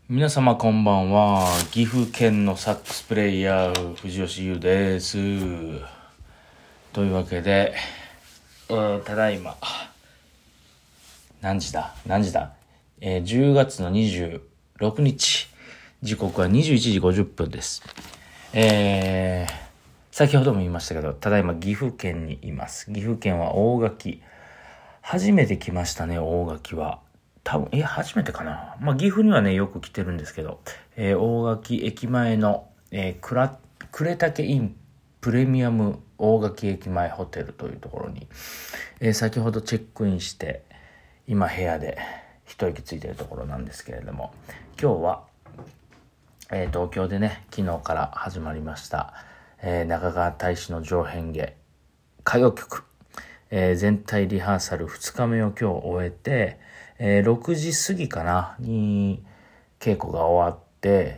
皆様こんばんは。岐阜県のサックスプレイヤー藤吉優です。というわけで、ただいま何時だ、10月の26日、時刻は21時50分です。先ほども言いましたけど、ただいま岐阜県にいます。岐阜県は大垣。初めて来ましたね、大垣は。多分、初めてかな。岐阜にはね、よく来てるんですけど、大垣駅前の、呉竹インプレミアム大垣駅前ホテルというところに、先ほどチェックインして、今部屋で一息ついているところなんですけれども、今日は、東京でね、昨日から始まりました、中川大志の上辺下歌謡曲、全体リハーサル2日目を今日終えて、6時過ぎかなに稽古が終わって、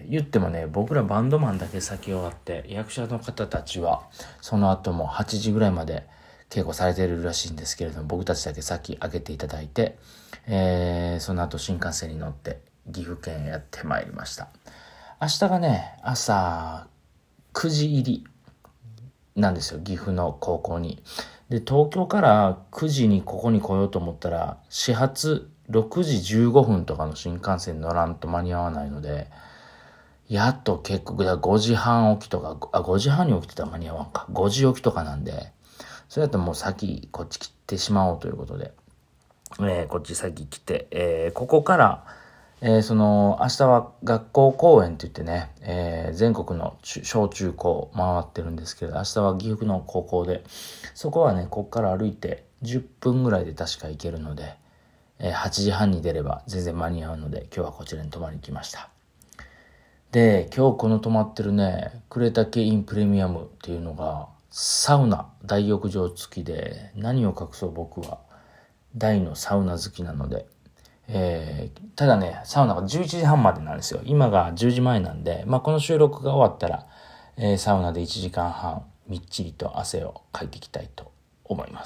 言ってもね、僕らバンドマンだけ先終わって、役者の方たちはその後も8時ぐらいまで稽古されているらしいんですけれども、僕たちだけ先開けていただいて、その後新幹線に乗って岐阜県へやってまいりました。明日がね、朝9時入りなんですよ、岐阜の高校に。で、東京から9時にここに来ようと思ったら、始発6時15分とかの新幹線乗らんと間に合わないので、やっと結局5時半起きとか、5時半に起きてたら間に合わんか。5時起きとかなんで、それだともう先こっち来てしまおうということで、こっち先来て、ここから、明日は学校公演って言ってね、全国の小中高回ってるんですけど、明日は岐阜の高校で、そこはね、こっから歩いて10分ぐらいで確か行けるので、8時半に出れば全然間に合うので、今日はこちらに泊まりに来ました。で、今日この泊まってるね、呉竹インプレミアムっていうのが、サウナ、大浴場付きで、何を隠そう僕は大のサウナ好きなので、ただね、サウナが11時半までなんですよ。今が10時前なんで、この収録が終わったら、サウナで1時間半、みっちりと汗をかいていきたいと思います。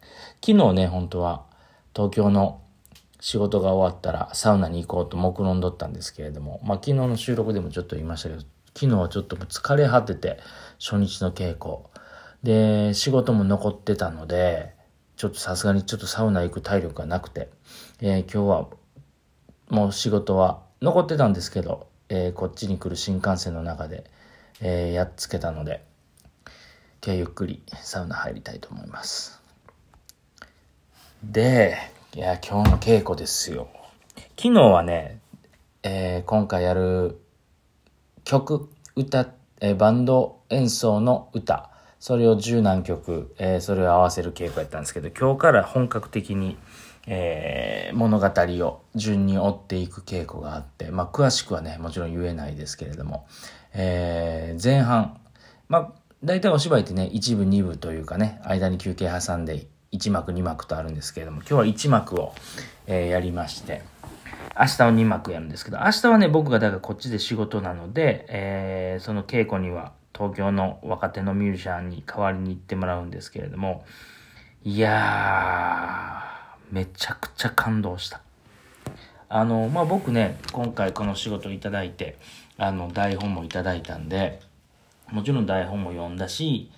昨日ね、本当は東京の仕事が終わったらサウナに行こうと目論んどったんですけれども、昨日の収録でもちょっと言いましたけど、昨日はちょっと疲れ果てて、初日の稽古。で、仕事も残ってたので、ちょっとさすがにちょっとサウナ行く体力がなくて、今日はもう仕事は残ってたんですけど、こっちに来る新幹線の中で、やっつけたので、今日ゆっくりサウナ入りたいと思います。で、今日の稽古ですよ。昨日はね、今回やるバンド演奏の歌、それを十何曲、それを合わせる稽古やったんですけど、今日から本格的に、物語を順に追っていく稽古があって、詳しくはね、もちろん言えないですけれども、前半、大体お芝居ってね、1部2部というかね、間に休憩挟んで1幕2幕とあるんですけれども、今日は1幕を、やりまして、明日は2幕やるんですけど、明日はね、僕がだからこっちで仕事なので、その稽古には東京の若手のミュージシャンに代わりに行ってもらうんですけれども、いやー、めちゃくちゃ感動した。僕ね、今回この仕事をいただいて、台本もいただいたんで、もちろん台本も読んだし、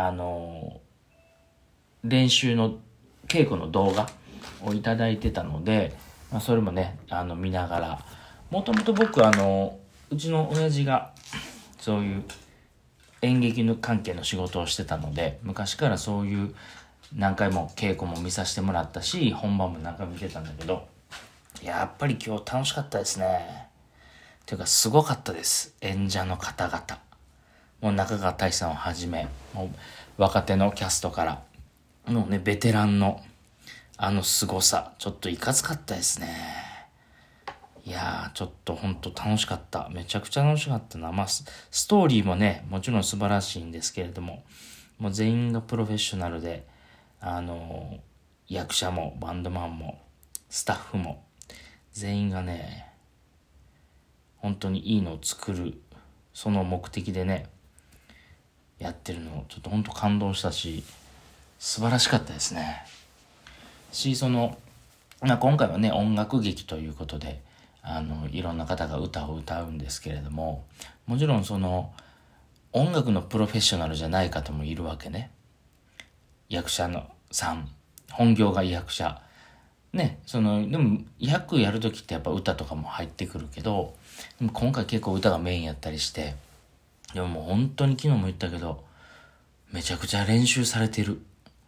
練習の稽古の動画をいただいてたので、それもね、見ながら、もともと僕うちの親父がそういう演劇の関係の仕事をしてたので、昔からそういう何回も稽古も見させてもらったし、本番も何回も見てたんだけど、やっぱり今日楽しかったですね。というかすごかったです。演者の方々。もう中川大志さんをはじめ、もう若手のキャストから、もうね、ベテランの凄さ、ちょっといかつかったですね。いやー、ちょっとほんと楽しかった。めちゃくちゃ楽しかったな。ストーリーもね、もちろん素晴らしいんですけれども、もう全員がプロフェッショナルで、役者もバンドマンもスタッフも全員がね、本当にいいのを作る、その目的でね、やってるのをちょっと本当感動したし、素晴らしかったですね。今回はね、音楽劇ということで、 いろんな方が歌を歌うんですけれども、もちろんその音楽のプロフェッショナルじゃない方もいるわけね。役者のさん、本業が役者ね、でも役やるときってやっぱ歌とかも入ってくるけど、でも今回結構歌がメインやったりして、でももう本当に昨日も言ったけど、めちゃくちゃ練習されてる。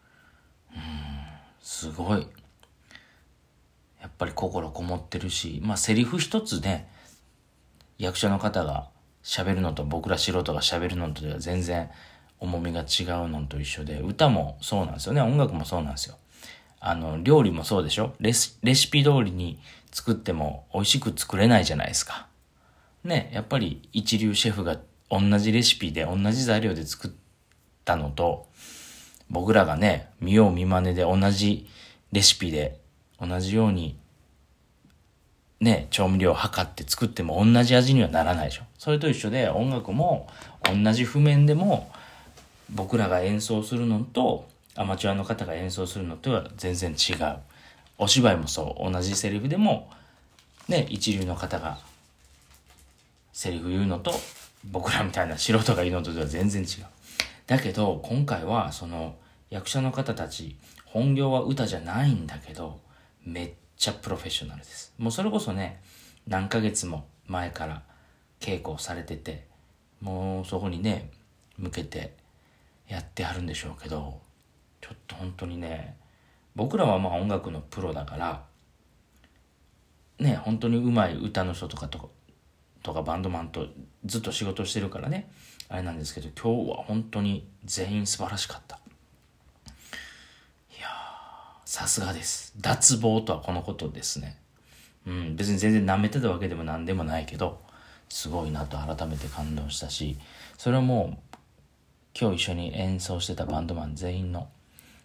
すごい。やっぱり心こもってるし、セリフ一つね、役者の方が喋るのと僕ら素人が喋るのとでは全然重みが違うのと一緒で、歌もそうなんですよね。音楽もそうなんですよ。料理もそうでしょ。レシピ通りに作っても美味しく作れないじゃないですか。ね、やっぱり一流シェフが同じレシピで同じ材料で作ったのと、僕らがね、見よう見まねで同じレシピで同じようにね、調味料を測って作っても同じ味にはならないでしょ。それと一緒で音楽も同じ譜面でも僕らが演奏するのとアマチュアの方が演奏するのとは全然違う。お芝居もそう。同じセリフでもね、一流の方がセリフ言うのと僕らみたいな素人が言うのとでは全然違う。だけど今回はその役者の方たち本業は歌じゃないんだけどめっちゃプロフェッショナルです。もうそれこそね、何ヶ月も前から稽古をされてて、もうそこにね向けてやってはるんでしょうけど、ちょっと本当にね、僕らはまあ音楽のプロだからね、本当に上手い歌の人とかバンドマンとずっと仕事してるからね、あれなんですけど、今日は本当に全員素晴らしかった。いやー、さすがです。脱帽とはこのことですね。別に全然舐めてたわけでも何でもないけど、すごいなと改めて感動したし、それはもう今日一緒に演奏してたバンドマン全員の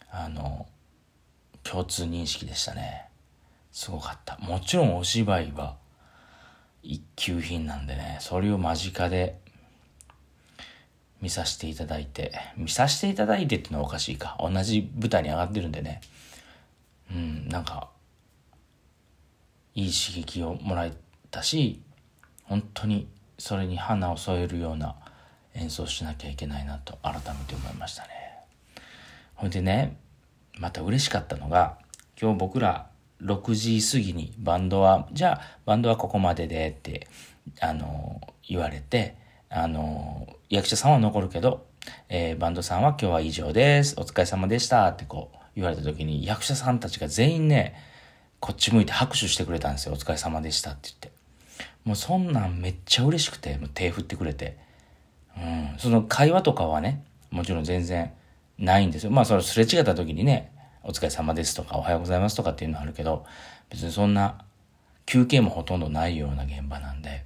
共通認識でしたね。すごかった。もちろんお芝居は一級品なんでね、それを間近で見させていただいてっていうのはおかしいか。同じ舞台に上がってるんでね。なんか、いい刺激をもらえたし、本当にそれに花を添えるような演奏しなきゃいけないなと改めて思いましたね。ほんでね、また嬉しかったのが、今日僕ら6時過ぎにバンドはここまででって言われて、役者さんは残るけど、バンドさんは今日は以上です、お疲れ様でしたってこう言われた時に、役者さんたちが全員ねこっち向いて拍手してくれたんですよ。お疲れ様でしたって言って。もうそんなんめっちゃ嬉しくて、もう手振ってくれて、その会話とかはねもちろん全然ないんですよ。それすれ違った時にね、お疲れ様ですとかおはようございますとかっていうのはあるけど、別にそんな休憩もほとんどないような現場なんで、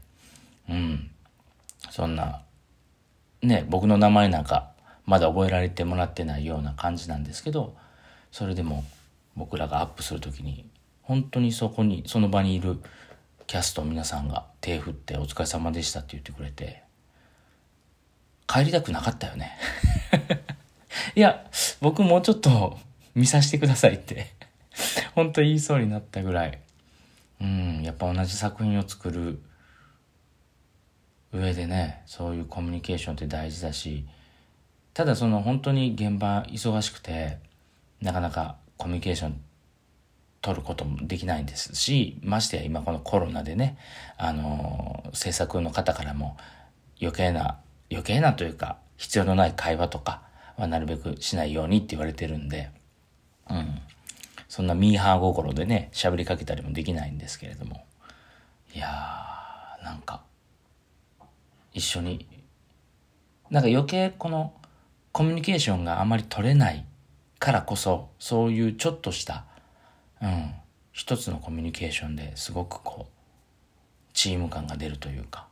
そんなね、僕の名前なんかまだ覚えられてもらってないような感じなんですけど、それでも僕らがアップする時に本当にその場にいるキャスト皆さんが手振ってお疲れ様でしたって言ってくれて、帰りたくなかったよねいや僕もうちょっと見させてくださいって本当言いそうになったぐらい、やっぱ同じ作品を作る上でね、そういうコミュニケーションって大事だし、ただ本当に現場忙しくてなかなかコミュニケーション取ることもできないんですし、ましてや今このコロナでね、制作の方からも余計なというか必要のない会話とかはなるべくしないようにって言われてるんで、そんなミーハー心でね喋りかけたりもできないんですけれども、いやー、なんか一緒に余計このコミュニケーションがあまり取れないからこそ、そういうちょっとした一つのコミュニケーションですごくこうチーム感が出るというか、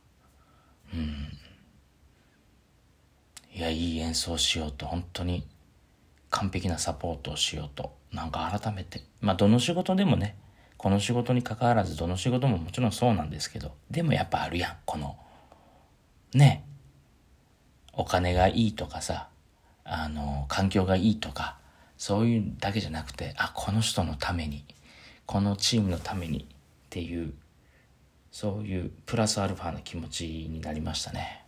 いや、いい演奏しようと、本当に完璧なサポートをしようと、なんか改めて、どの仕事でもね、この仕事に関わらずどの仕事ももちろんそうなんですけど、でもやっぱあるやん、このね、お金がいいとかさ、環境がいいとかそういうだけじゃなくて、この人のために、このチームのためにっていう、 そういうプラスアルファな気持ちになりましたね。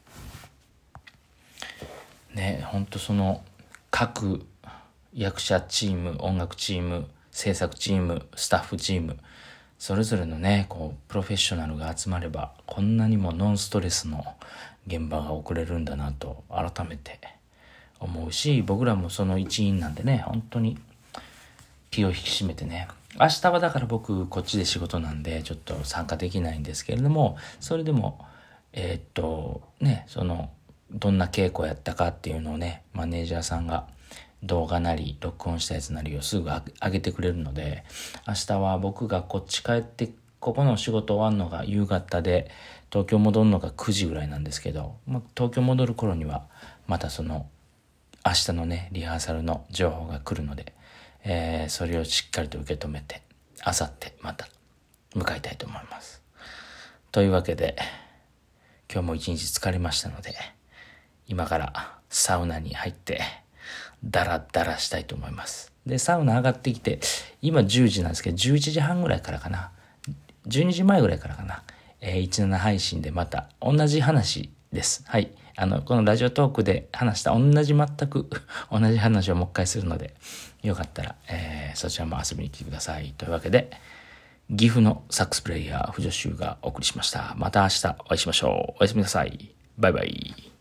ほんとその各役者チーム、音楽チーム、制作チーム、スタッフチーム、それぞれのプロフェッショナルが集まればこんなにもノンストレスの現場が送れるんだなと改めて思うし、僕らもその一員なんで本当に気を引き締めて明日はだから僕こっちで仕事なんでちょっと参加できないんですけれども、それでもそのどんな稽古やったかっていうのをマネージャーさんが動画なり録音したやつなりをすぐ上げてくれるので、明日は僕がこっち帰ってここの仕事終わるのが夕方で東京戻るのが9時ぐらいなんですけど、東京戻る頃にはまたその明日のリハーサルの情報が来るので、それをしっかりと受け止めて明後日また向かいたいと思います。というわけで今日も一日疲れましたので、今からサウナに入ってダラダラしたいと思います。で、サウナ上がってきて、今10時なんですけど、11時半ぐらいからかな、12時前ぐらいからかな、17配信でまた同じ話です。はい。このラジオトークで話した全く同じ話をもう一回するので、よかったら、そちらも遊びに来てください。というわけで、岐阜のサックスプレイヤー、藤吉修がお送りしました。また明日お会いしましょう。おやすみなさい。バイバイ。